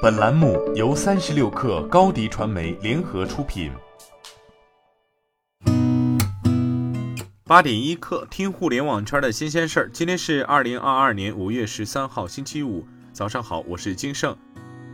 本栏目由36氪高迪传媒联合出品。8点1刻，听互联网圈的新鲜事儿。今天是2022年5月13号，星期五，早上好，我是金盛。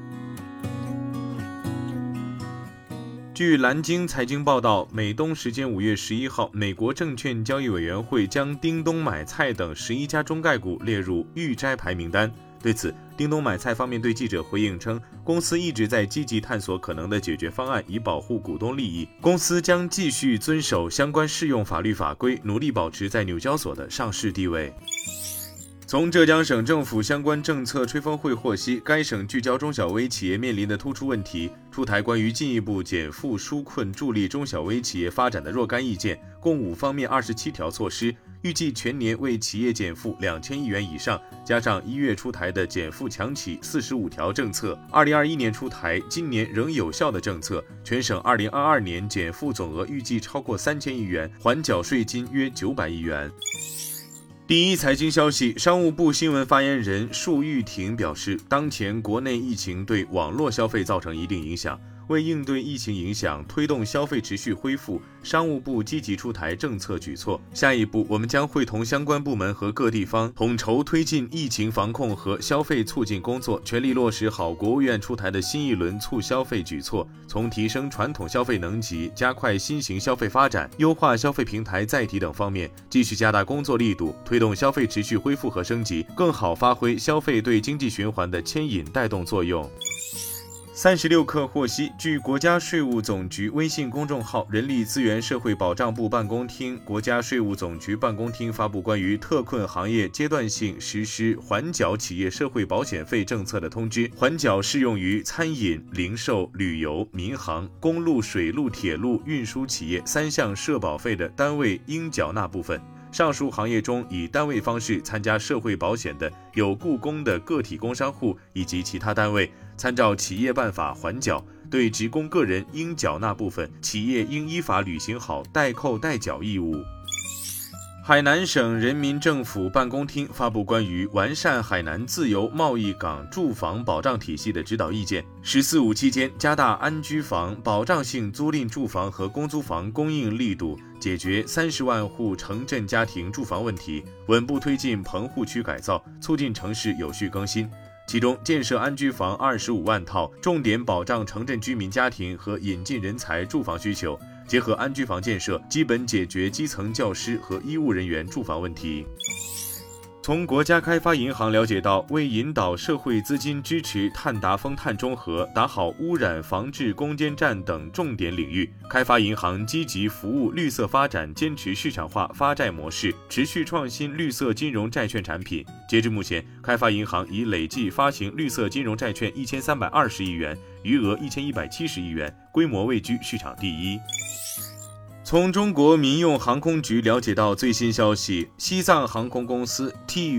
据蓝鲸财经报道，美东时间5月11号，美国证券交易委员会将叮咚买菜等11家中概股列入预摘牌名单。对此，叮咚买菜方面对记者回应称，公司一直在积极探索可能的解决方案，以保护股东利益。公司将继续遵守相关适用法律法规，努力保持在纽交所的上市地位。从浙江省政府相关政策吹风会获悉，该省聚焦中小微企业面临的突出问题，出台关于进一步减负纾困助力中小微企业发展的若干意见，共5方面27条措施，预计全年为企业减负2000亿元以上，加上1月出台的减负强企45条政策，2021年出台今年仍有效的政策，全省2022年减负总额预计超过3000亿元，缓缴税金约900亿元。第一财经消息，商务部新闻发言人束玉婷表示，当前国内疫情对网络消费造成一定影响，为应对疫情影响，推动消费持续恢复，商务部积极出台政策举措。下一步，我们将会同相关部门和各地方统筹推进疫情防控和消费促进工作，全力落实好国务院出台的新一轮促消费举措，从提升传统消费能级、加快新型消费发展、优化消费平台载体等方面，继续加大工作力度，推动消费持续恢复和升级，更好发挥消费对经济循环的牵引带动作用。36氪获悉，据国家税务总局微信公众号人力资源社会保障部办公厅、国家税务总局办公厅发布关于特困行业阶段性实施缓缴企业社会保险费政策的通知，缓缴适用于餐饮、零售、旅游、民航、公路、水路、铁路运输企业3项社保费的单位应缴纳部分。上述行业中以单位方式参加社会保险的有雇工的个体工商户以及其他单位，参照企业办法缓缴，对职工个人应缴纳部分，企业应依法履行好代扣代缴义务。海南省人民政府办公厅发布关于完善海南自由贸易港住房保障体系的指导意见，14·5期间加大安居房、保障性租赁住房和公租房供应力度，解决30万户城镇家庭住房问题，稳步推进棚户区改造，促进城市有序更新。其中，建设安居房25万套，重点保障城镇居民家庭和引进人才住房需求，结合安居房建设，基本解决基层教师和医务人员住房问题。从国家开发银行了解到，为引导社会资金支持碳达峰、碳中和，打好污染防治攻坚战等重点领域，开发银行积极服务绿色发展，坚持市场化发债模式，持续创新绿色金融债券产品。截至目前，开发银行已累计发行绿色金融债券1320亿元，余额1170亿元，规模位居市场第一。从中国民用航空局了解到最新消息，西藏航空公司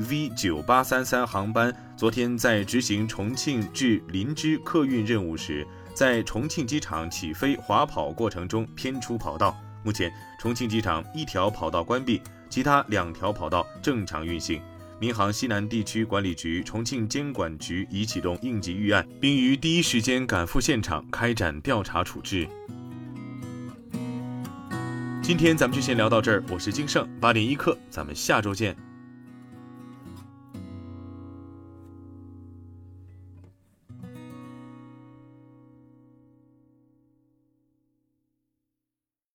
TV9833 航班昨天在执行重庆至林芝客运任务时，在重庆机场起飞滑跑过程中偏出跑道。目前，重庆机场1条跑道关闭，其他2条跑道正常运行。民航西南地区管理局、重庆监管局已启动应急预案，并于第一时间赶赴现场开展调查处置。今天咱们就先聊到这儿，我是金盛，8点1刻，咱们下周见。